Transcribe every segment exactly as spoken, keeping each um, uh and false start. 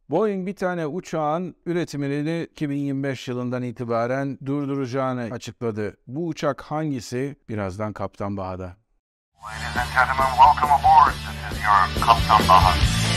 Boeing bir tane uçağın üretimini iki bin yirmi beş yılından itibaren durduracağını açıkladı. Bu uçak hangisi? Birazdan Kaptan Baha'da. Ladies and gentlemen, welcome aboard. This is your Kaptan Baha.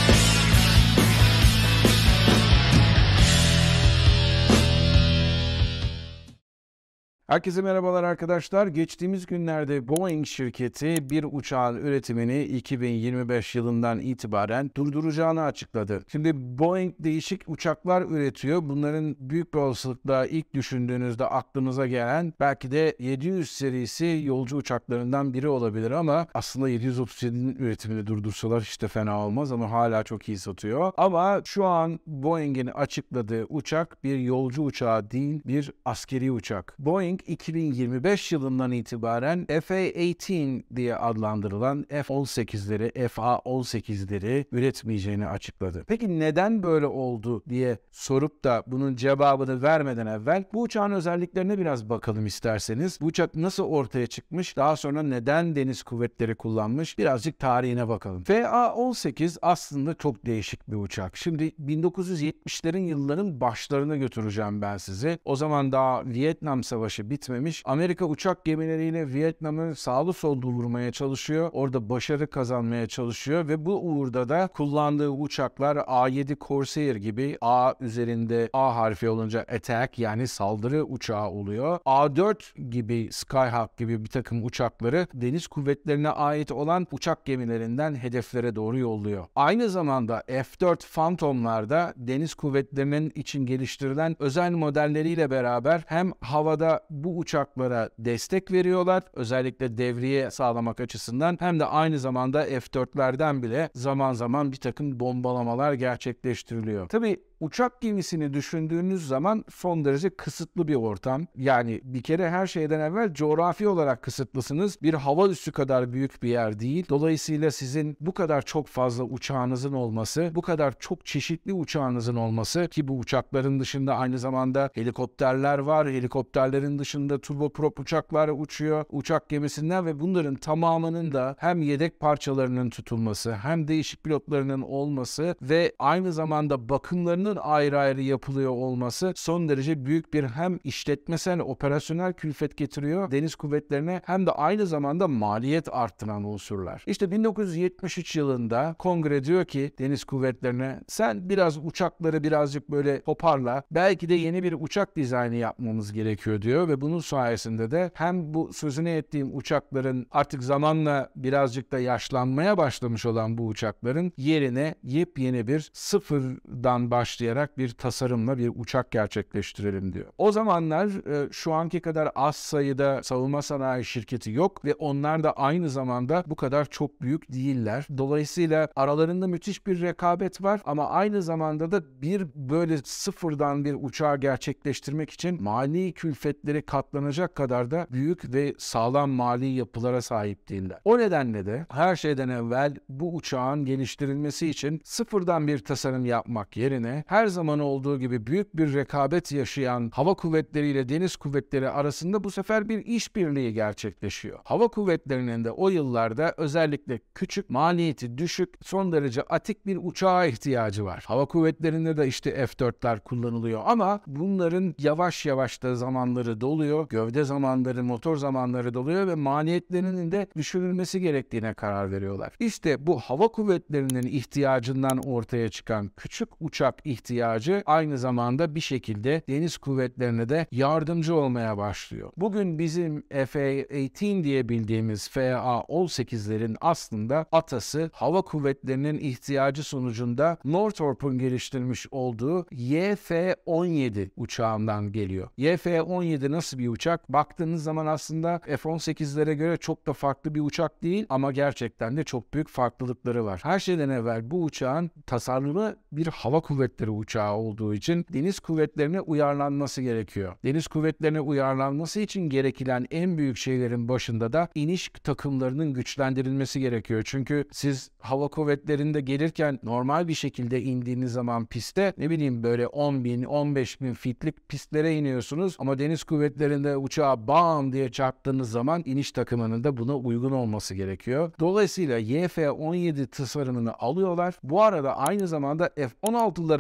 Herkese merhabalar arkadaşlar. Geçtiğimiz günlerde Boeing şirketi bir uçağın üretimini iki bin yirmi beş yılından itibaren durduracağını açıkladı. Şimdi Boeing değişik uçaklar üretiyor. Bunların büyük bir olasılıkla ilk düşündüğünüzde aklınıza gelen belki de yedi yüz serisi yolcu uçaklarından biri olabilir ama aslında yedi yüz otuz yedinin üretimini durdursalar hiç de fena olmaz ama hala çok iyi satıyor. Ama şu an Boeing'in açıkladığı uçak bir yolcu uçağı değil, bir askeri uçak. Boeing iki bin yirmi beş yılından itibaren F A on sekiz diye adlandırılan F on sekizleri, F A on sekizleri üretmeyeceğini açıkladı. Peki neden böyle oldu diye sorup da bunun cevabını vermeden evvel bu uçağın özelliklerine biraz bakalım isterseniz. Bu uçak nasıl ortaya çıkmış, daha sonra neden deniz kuvvetleri kullanmış, birazcık tarihine bakalım. F A on sekiz aslında çok değişik bir uçak. Şimdi bin dokuz yüz yetmişlerin yılların başlarına götüreceğim ben sizi. O zaman daha Vietnam Savaşı bitmemiş. Amerika uçak gemileriyle Vietnam'ı sağlı sollu vurmaya çalışıyor. Orada başarı kazanmaya çalışıyor ve bu uğurda da kullandığı uçaklar A yedi Corsair gibi A üzerinde A harfi olunca attack yani saldırı uçağı oluyor. A dört gibi Skyhawk gibi bir takım uçakları deniz kuvvetlerine ait olan uçak gemilerinden hedeflere doğru yolluyor. Aynı zamanda F dört Phantom'lar da deniz kuvvetlerinin için geliştirilen özel modelleriyle beraber hem havada bu uçaklara destek veriyorlar, özellikle devriye sağlamak açısından, hem de aynı zamanda F dörtlerden bile zaman zaman bir takım bombalamalar gerçekleştiriliyor. Tabii uçak gemisini düşündüğünüz zaman son derece kısıtlı bir ortam. Yani bir kere her şeyden evvel coğrafi olarak kısıtlısınız. Bir hava üssü kadar büyük bir yer değil. Dolayısıyla sizin bu kadar çok fazla uçağınızın olması, bu kadar çok çeşitli uçağınızın olması, ki bu uçakların dışında aynı zamanda helikopterler var. Helikopterlerin dışında turboprop uçaklar uçuyor uçak gemisinden ve bunların tamamının da hem yedek parçalarının tutulması, hem değişik pilotlarının olması ve aynı zamanda bakımlarının ayrı ayrı yapılıyor olması son derece büyük bir hem işletmesel, operasyonel külfet getiriyor deniz kuvvetlerine, hem de aynı zamanda maliyet arttıran unsurlar. İşte bin dokuz yüz yetmiş üç yılında Kongre diyor ki deniz kuvvetlerine, sen biraz uçakları birazcık böyle toparla, belki de yeni bir uçak dizaynı yapmamız gerekiyor diyor ve bunun sayesinde de hem bu sözünü ettiğim uçakların artık zamanla birazcık da yaşlanmaya başlamış olan bu uçakların yerine yepyeni bir sıfırdan başlayarak bir tasarımla bir uçak gerçekleştirelim diyor. O zamanlar e, şu anki kadar az sayıda savunma sanayi şirketi yok ve onlar da aynı zamanda bu kadar çok büyük değiller. Dolayısıyla aralarında müthiş bir rekabet var ama aynı zamanda da bir böyle sıfırdan bir uçağı gerçekleştirmek için mali külfetleri katlanacak kadar da büyük ve sağlam mali yapılara sahip değiller. O nedenle de her şeyden evvel bu uçağın geliştirilmesi için sıfırdan bir tasarım yapmak yerine her zaman olduğu gibi büyük bir rekabet yaşayan hava kuvvetleri ile deniz kuvvetleri arasında bu sefer bir işbirliği gerçekleşiyor. Hava kuvvetlerinin de o yıllarda özellikle küçük, maliyeti düşük, son derece atik bir uçağa ihtiyacı var. Hava kuvvetlerinde de işte F dörtler kullanılıyor ama bunların yavaş yavaş da zamanları doluyor, gövde zamanları, motor zamanları doluyor ve maliyetlerinin de düşürülmesi gerektiğine karar veriyorlar. İşte bu hava kuvvetlerinin ihtiyacından ortaya çıkan küçük uçak ihtiyacı aynı zamanda bir şekilde deniz kuvvetlerine de yardımcı olmaya başlıyor. Bugün bizim F A on sekiz diye bildiğimiz F A on sekizlerin aslında atası hava kuvvetlerinin ihtiyacı sonucunda Northrop'un geliştirmiş olduğu Y F on yedi uçağından geliyor. Y F on yedi nasıl bir uçak? Baktığınız zaman aslında F on sekizlere göre çok da farklı bir uçak değil ama gerçekten de çok büyük farklılıkları var. Her şeyden evvel bu uçağın tasarımı bir hava kuvvetleri uçağı olduğu için deniz kuvvetlerine uyarlanması gerekiyor. Deniz kuvvetlerine uyarlanması için gerekilen en büyük şeylerin başında da iniş takımlarının güçlendirilmesi gerekiyor. Çünkü siz hava kuvvetlerinde gelirken normal bir şekilde indiğiniz zaman piste ne bileyim böyle on bin on beş bin fitlik pistlere iniyorsunuz ama deniz kuvvetlerinde uçağa bam diye çarptığınız zaman iniş takımının da buna uygun olması gerekiyor. Dolayısıyla Y F on yedi tasarımını alıyorlar. Bu arada aynı zamanda F on altılara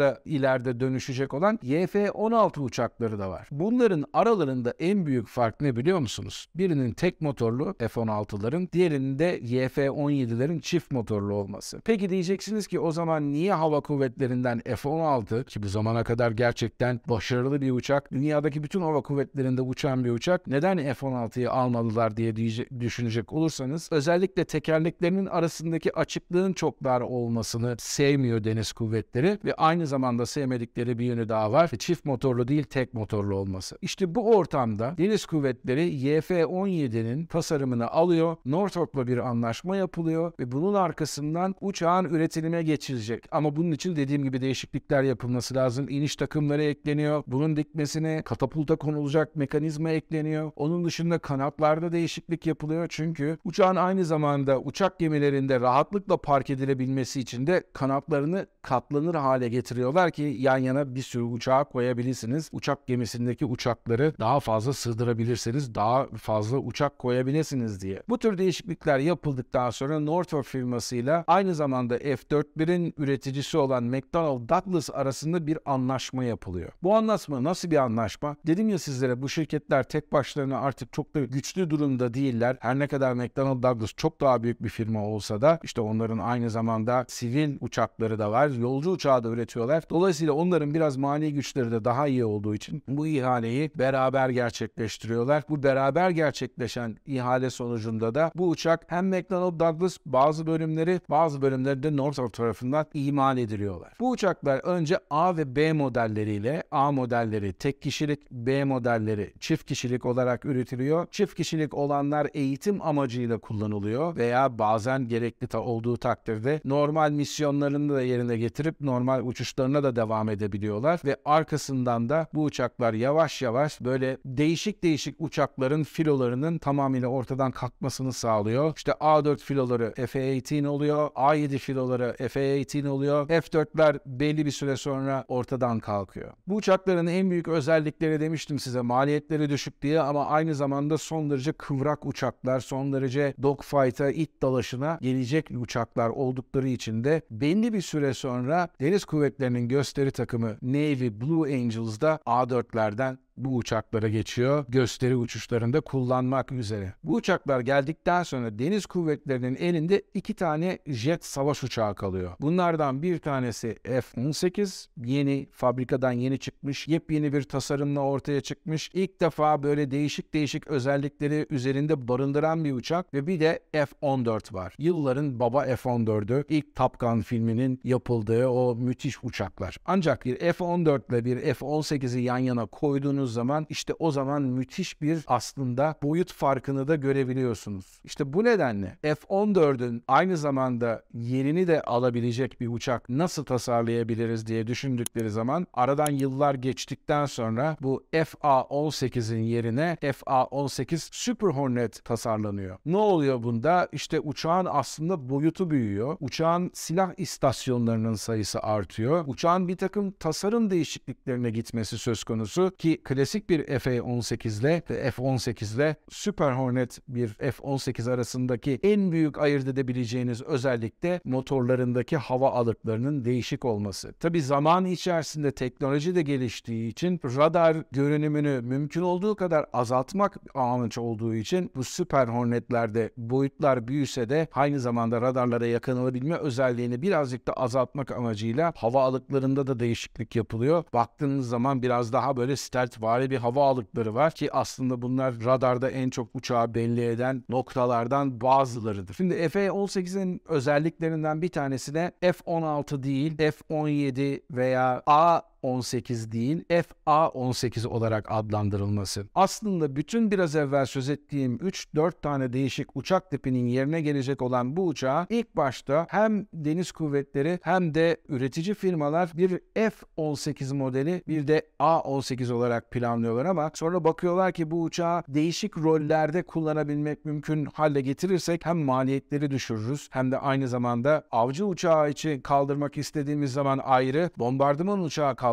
uçaklara ileride dönüşecek olan Y F on altı uçakları da var. Bunların aralarında en büyük fark ne biliyor musunuz? Birinin tek motorlu F on altıların, diğerinin de Y F on yedilerin çift motorlu olması. Peki diyeceksiniz ki o zaman niye hava kuvvetlerinden F on altı, ki bu zamana kadar gerçekten başarılı bir uçak, dünyadaki bütün hava kuvvetlerinde uçan bir uçak, neden F on altıyı almalılar diye düşünecek olursanız, özellikle tekerleklerinin arasındaki açıklığın çok dar olmasını sevmiyor deniz kuvvetleri ve aynı zamanda sevmedikleri bir yönü daha var. Çift motorlu değil, tek motorlu olması. İşte bu ortamda deniz kuvvetleri Y F on yedinin tasarımını alıyor, Northrop'la bir anlaşma yapılıyor ve bunun arkasından uçağın üretilime geçilecek. Ama bunun için dediğim gibi değişiklikler yapılması lazım. İniş takımları ekleniyor. Bunun dikmesine katapulta konulacak mekanizma ekleniyor. Onun dışında kanatlarda değişiklik yapılıyor. Çünkü uçağın aynı zamanda uçak gemilerinde rahatlıkla park edilebilmesi için de kanatlarını katlanır hale getiriyorlar ki yan yana bir sürü uçağa koyabilirsiniz. Uçak gemisindeki uçakları daha fazla sığdırabilirsiniz. Daha fazla uçak koyabilirsiniz diye. Bu tür değişiklikler yapıldıktan sonra Northrop firmasıyla aynı zamanda F kırk birin üreticisi olan McDonnell Douglas arasında bir anlaşma yapılıyor. Bu anlaşma nasıl bir anlaşma? Dedim ya sizlere, bu şirketler tek başlarına artık çok da güçlü durumda değiller. Her ne kadar McDonnell Douglas çok daha büyük bir firma olsa da işte onların aynı zamanda sivil uçakları da var. Yolcu uçağı da üretiyorlar. Dolayısıyla onların biraz mali güçleri de daha iyi olduğu için bu ihaleyi beraber gerçekleştiriyorlar. Bu beraber gerçekleşen ihale sonucunda da bu uçak hem McDonnell Douglas bazı bölümleri, bazı bölümleri de Northrop tarafından imal ediliyorlar. Bu uçaklar önce A ve B modelleriyle, A modelleri tek kişilik, B modelleri çift kişilik olarak üretiliyor. Çift kişilik olanlar eğitim amacıyla kullanılıyor veya bazen gerekli ta olduğu takdirde normal misyonlarını da yerine getirip normal uçuşlarına da devam edebiliyorlar ve arkasından da bu uçaklar yavaş yavaş böyle değişik değişik uçakların filolarının tamamıyla ortadan kalkmasını sağlıyor. İşte A dört filoları F A on sekiz oluyor, A yedi filoları F A on sekiz oluyor. F dörtler belli bir süre sonra ortadan kalkıyor. Bu uçakların en büyük özellikleri demiştim size, maliyetleri düşük diye, ama aynı zamanda son derece kıvrak uçaklar, son derece dogfight'a, it dalaşına gelecek uçaklar oldukları için de belli bir süre sonra Deniz Kuvvetleri'nin gösteri takımı Navy Blue Angels'da A dörtlerden bu uçaklara geçiyor, gösteri uçuşlarında kullanmak üzere. Bu uçaklar geldikten sonra Deniz Kuvvetleri'nin elinde iki tane jet savaş uçağı kalıyor. Bunlardan bir tanesi F on sekiz, yeni fabrikadan yeni çıkmış, yepyeni bir tasarımla ortaya çıkmış, ilk defa böyle değişik değişik özellikleri üzerinde barındıran bir uçak ve bir de F on dört var. Yılların baba F on dördü, ilk Top Gun filminin yapıldığı o müthiş uçaklar. Ancak bir F on dört ile bir F on sekizi yan yana koyduğunuz zaman işte o zaman müthiş bir aslında boyut farkını da görebiliyorsunuz. İşte bu nedenle F on dördün aynı zamanda yerini de alabilecek bir uçak nasıl tasarlayabiliriz diye düşündükleri zaman aradan yıllar geçtikten sonra bu F A on sekizin yerine F A on sekiz Super Hornet tasarlanıyor. Ne oluyor bunda? İşte uçağın aslında boyutu büyüyor. Uçağın silah istasyonlarının sayısı artıyor. Uçağın bir takım tasarım değişikliklerine gitmesi söz konusu ki klasik bir F A on sekiz ile ve F on sekiz ile Super Hornet bir F on sekiz arasındaki en büyük ayırt edebileceğiniz özellik de motorlarındaki hava alıklarının değişik olması. Tabi zaman içerisinde teknoloji de geliştiği için radar görünümünü mümkün olduğu kadar azaltmak amaç olduğu için bu Super Hornet'lerde boyutlar büyüse de aynı zamanda radarlara yakınılabilme özelliğini birazcık da azaltmak amacıyla hava alıklarında da değişiklik yapılıyor. Baktığınız zaman biraz daha böyle stealth vari bir hava alıkları var ki aslında bunlar radarda en çok uçağı belli eden noktalardan bazılarıdır. Şimdi F A on sekizin özelliklerinden bir tanesi de F on altı değil, F on yedi veya A on sekiz değil, F A on sekiz olarak adlandırılması. Aslında bütün biraz evvel söz ettiğim üç dört tane değişik uçak tipinin yerine gelecek olan bu uçağı ilk başta hem Deniz Kuvvetleri hem de üretici firmalar bir F on sekiz modeli bir de A on sekiz olarak planlıyorlar ama sonra bakıyorlar ki bu uçağı değişik rollerde kullanabilmek mümkün hale getirirsek hem maliyetleri düşürürüz hem de aynı zamanda avcı uçağı için kaldırmak istediğimiz zaman ayrı, bombardıman uçağı kaldırmak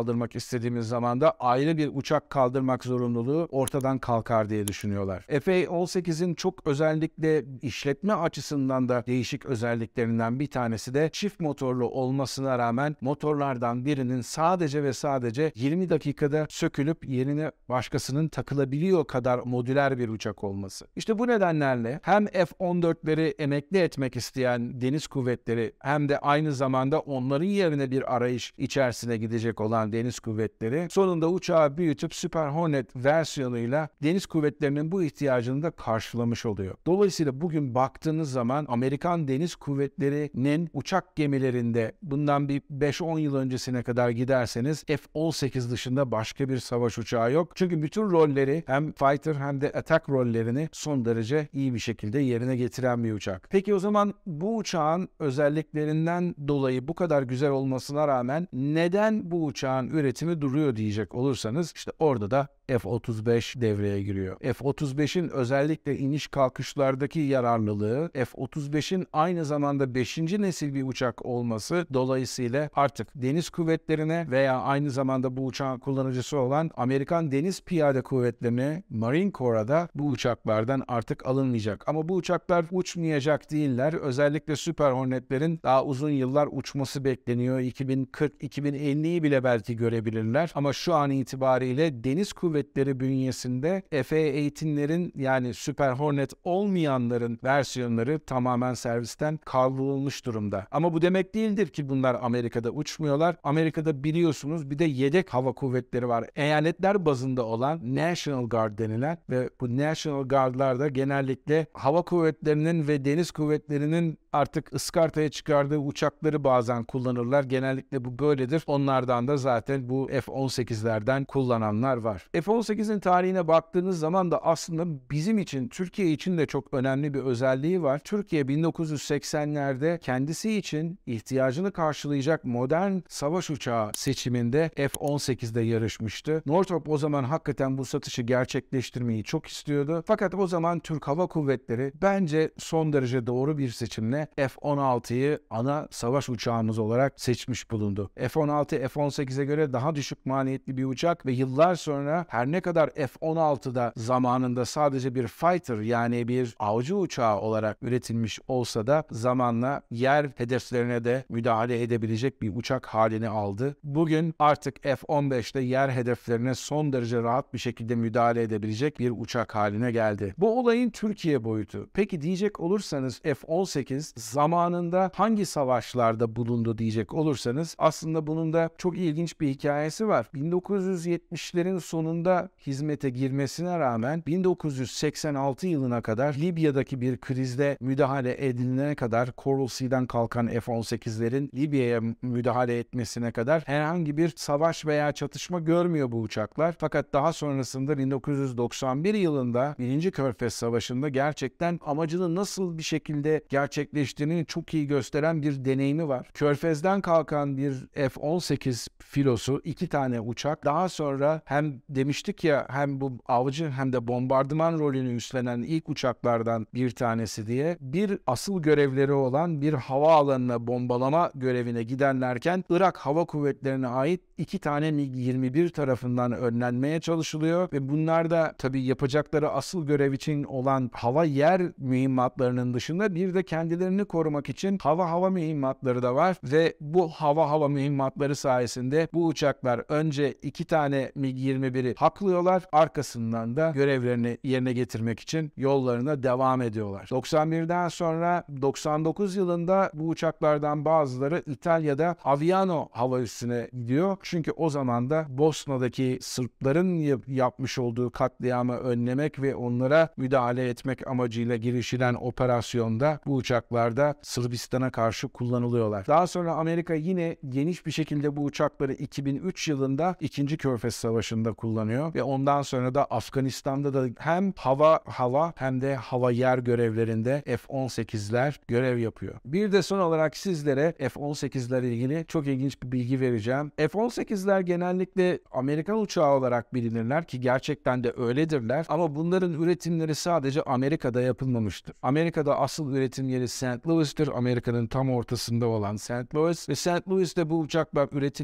kaldırmak istediğimiz zaman da ayrı bir uçak kaldırmak zorunluluğu ortadan kalkar diye düşünüyorlar. F A on sekizin çok özellikle işletme açısından da değişik özelliklerinden bir tanesi de çift motorlu olmasına rağmen motorlardan birinin sadece ve sadece yirmi dakikada sökülüp yerine başkasının takılabiliyor kadar modüler bir uçak olması. İşte bu nedenlerle hem F on dörtleri emekli etmek isteyen deniz kuvvetleri hem de aynı zamanda onların yerine bir arayış içerisine gidecek olan deniz kuvvetleri sonunda uçağı büyütüp Super Hornet versiyonuyla deniz kuvvetlerinin bu ihtiyacını da karşılamış oluyor. Dolayısıyla bugün baktığınız zaman Amerikan Deniz Kuvvetleri'nin uçak gemilerinde bundan bir beş on yıl öncesine kadar giderseniz F on sekiz dışında başka bir savaş uçağı yok. Çünkü bütün rolleri hem fighter hem de attack rollerini son derece iyi bir şekilde yerine getiren bir uçak. Peki o zaman bu uçağın özelliklerinden dolayı bu kadar güzel olmasına rağmen neden bu uçağın üretimi duruyor diyecek olursanız işte orada da F otuz beş devreye giriyor. F otuz beşin özellikle iniş kalkışlardaki yararlılığı, F otuz beşin aynı zamanda beşinci nesil bir uçak olması dolayısıyla artık deniz kuvvetlerine veya aynı zamanda bu uçağın kullanıcısı olan Amerikan Deniz Piyade Kuvvetleri'ne, Marine Corps'a da bu uçaklardan artık alınmayacak. Ama bu uçaklar uçmayacak değiller. Özellikle Super Hornet'lerin daha uzun yıllar uçması bekleniyor. iki bin kırk iki bin elliyi bile belki görebilirler. Ama şu an itibariyle deniz kuvvetleri bünyesinde F A on yani Super Hornet olmayanların versiyonları tamamen servisten kaldırılmış durumda. Ama bu demek değildir ki bunlar Amerika'da uçmuyorlar. Amerika'da biliyorsunuz bir de yedek hava kuvvetleri var. Eyaletler bazında olan National Guard denilen ve bu National Guard'lar da genellikle hava kuvvetlerinin ve deniz kuvvetlerinin artık ıskartaya çıkardığı uçakları bazen kullanırlar. Genellikle bu böyledir. Onlardan da zaten bu F on sekizlerden kullananlar var. F on sekizin tarihine baktığınız zaman da aslında bizim için, Türkiye için de çok önemli bir özelliği var. Türkiye bin dokuz yüz seksenlerde kendisi için ihtiyacını karşılayacak modern savaş uçağı seçiminde F on sekizde yarışmıştı. Northrop o zaman hakikaten bu satışı gerçekleştirmeyi çok istiyordu. Fakat o zaman Türk Hava Kuvvetleri bence son derece doğru bir seçimle F on altıyı ana savaş uçağımız olarak seçmiş bulundu. F on altı F on sekize göre daha düşük maliyetli bir uçak ve yıllar sonra her ne kadar F on altıda zamanında sadece bir fighter yani bir avcı uçağı olarak üretilmiş olsa da zamanla yer hedeflerine de müdahale edebilecek bir uçak halini aldı. Bugün artık F on beşte yer hedeflerine son derece rahat bir şekilde müdahale edebilecek bir uçak haline geldi. Bu olayın Türkiye boyutu. Peki diyecek olursanız F on sekiz zamanında hangi savaşlarda bulundu diyecek olursanız aslında bunun da çok ilginç bir hikayesi var. bin dokuz yüz yetmişlerin sonunda hizmete girmesine rağmen bin dokuz yüz seksen altı yılına kadar Libya'daki bir krizde müdahale edilene kadar Coral Sea'den kalkan F on sekizlerin Libya'ya müdahale etmesine kadar herhangi bir savaş veya çatışma görmüyor bu uçaklar. Fakat daha sonrasında bin dokuz yüz doksan bir yılında birinci Körfez Savaşı'nda gerçekten amacını nasıl bir şekilde gerçekleştiğini çok iyi gösteren bir deneyimi var. Körfez'den kalkan bir F on sekiz filosu, iki tane uçak. Daha sonra hem demiştik ya hem bu avcı hem de bombardıman rolünü üstlenen ilk uçaklardan bir tanesi diye bir asıl görevleri olan bir havaalanına bombalama görevine giderlerken Irak Hava Kuvvetleri'ne ait iki tane MiG yirmi bir tarafından önlenmeye çalışılıyor ve bunlar da tabii yapacakları asıl görev için olan hava yer mühimmatlarının dışında bir de kendilerini korumak için hava hava mühimmatları da var ve bu hava hava mühimmatları sayesinde bu uçaklar önce iki tane MiG yirmi biri haklıyorlar, arkasından da görevlerini yerine getirmek için yollarına devam ediyorlar. doksan birden sonra doksan dokuz yılında bu uçaklardan bazıları İtalya'da Aviano hava üssüne gidiyor. Çünkü o zaman da Bosna'daki Sırpların yapmış olduğu katliamı önlemek ve onlara müdahale etmek amacıyla girişilen operasyonda bu uçaklarda Sırbistan'a karşı kullanılıyorlar. Daha sonra Amerika yine geniş bir şekilde bu uçakları iki bin üç yılında ikinci Körfez Savaşı'nda kullanıyor ve ondan sonra da Afganistan'da da hem hava hava hem de hava yer görevlerinde F on sekizler görev yapıyor. Bir de son olarak sizlere F on sekizler ilgili çok ilginç bir bilgi vereceğim. F on sekizler genellikle Amerikan uçağı olarak bilinirler ki gerçekten de öyledirler ama bunların üretimleri sadece Amerika'da yapılmamıştır. Amerika'da asıl üretim yeri Saint Louis'tir. Amerika'nın tam ortasında olan Saint Louis ve Saint Louis'te bu uçaklar üretilmekle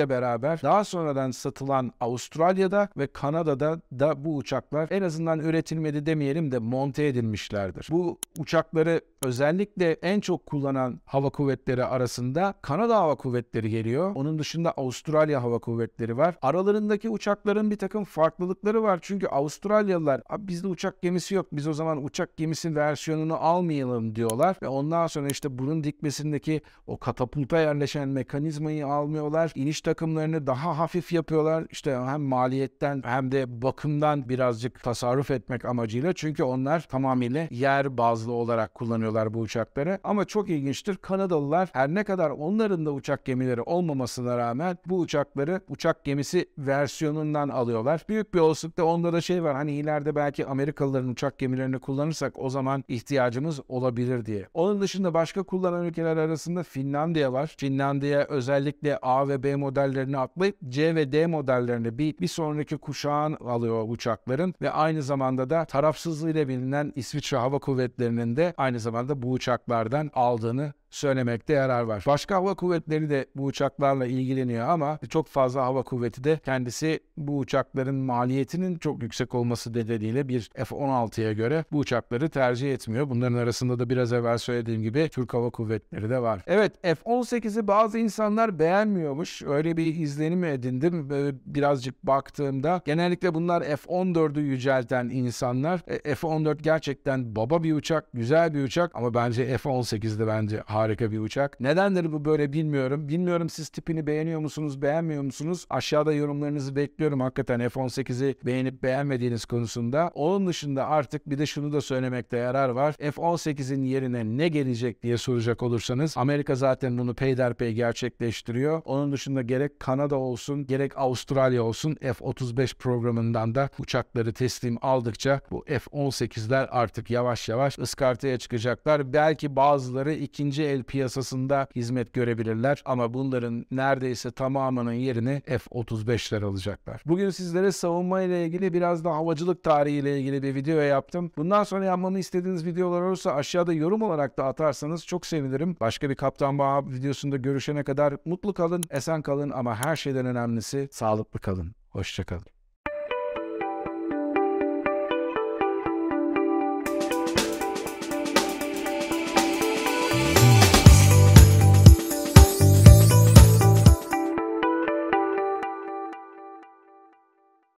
ile beraber daha sonradan satılan Avustralya'da ve Kanada'da da bu uçaklar en azından üretilmedi demeyelim de monte edilmişlerdir. Bu uçakları özellikle en çok kullanan hava kuvvetleri arasında Kanada Hava Kuvvetleri geliyor. Onun dışında Avustralya Hava Kuvvetleri var. Aralarındaki uçakların bir takım farklılıkları var. Çünkü Avustralyalılar bizde uçak gemisi yok, biz o zaman uçak gemisi versiyonunu almayalım diyorlar ve ondan sonra işte burun dikmesindeki o katapulta yerleşen mekanizmayı almıyorlar. İniş takımlarını daha hafif yapıyorlar. İşte hem maliyetten hem de bakımdan birazcık tasarruf etmek amacıyla. Çünkü onlar tamamıyla yer bazlı olarak kullanıyorlar bu uçakları. Ama çok ilginçtir. Kanadalılar her ne kadar onların da uçak gemileri olmamasına rağmen bu uçakları uçak gemisi versiyonundan alıyorlar. Büyük bir olasılıkla onda da şey var. Hani ileride belki Amerikalıların uçak gemilerini kullanırsak o zaman ihtiyacımız olabilir diye. Onun dışında başka kullanan ülkeler arasında Finlandiya var. Finlandiya özellikle A ve B modellerini atlayıp C ve D modellerini bir, bir sonraki kuşağın alıyor uçakların ve aynı zamanda da tarafsızlığıyla bilinen İsviçre Hava Kuvvetleri'nin de aynı zamanda bu uçaklardan aldığını söylemekte yarar var. Başka hava kuvvetleri de bu uçaklarla ilgileniyor ama çok fazla hava kuvveti de kendisi bu uçakların maliyetinin çok yüksek olması nedeniyle bir F on altıya göre bu uçakları tercih etmiyor. Bunların arasında da biraz evvel söylediğim gibi Türk Hava Kuvvetleri de var. Evet, F on sekizi bazı insanlar beğenmiyormuş. Öyle bir izlenim edindim. Böyle birazcık baktığımda genellikle bunlar F on dördü yücelten insanlar. E, F on dört gerçekten baba bir uçak, güzel bir uçak ama bence F on sekiz de bence harika bir uçak. Nedendir bu böyle bilmiyorum. Bilmiyorum siz tipini beğeniyor musunuz, beğenmiyor musunuz? Aşağıda yorumlarınızı bekliyorum hakikaten F on sekizi beğenip beğenmediğiniz konusunda. Onun dışında artık bir de şunu da söylemekte yarar var. F on sekizin yerine ne gelecek diye soracak olursanız Amerika zaten bunu peyderpey gerçekleştiriyor. Onun dışında gerek Kanada olsun, gerek Avustralya olsun F otuz beş programından da uçakları teslim aldıkça bu F on sekizler artık yavaş yavaş ıskartaya çıkacaklar. Belki bazıları ikinci el piyasasında hizmet görebilirler ama bunların neredeyse tamamının yerini F otuz beşler alacaklar. Bugün sizlere savunma ile ilgili biraz da havacılık tarihi ile ilgili bir video yaptım. Bundan sonra yapmamı istediğiniz videolar olursa aşağıda yorum olarak da atarsanız çok sevinirim. Başka bir Kaptan Baha videosunda görüşene kadar mutlu kalın, esen kalın ama her şeyden önemlisi sağlıklı kalın. Hoşça kalın.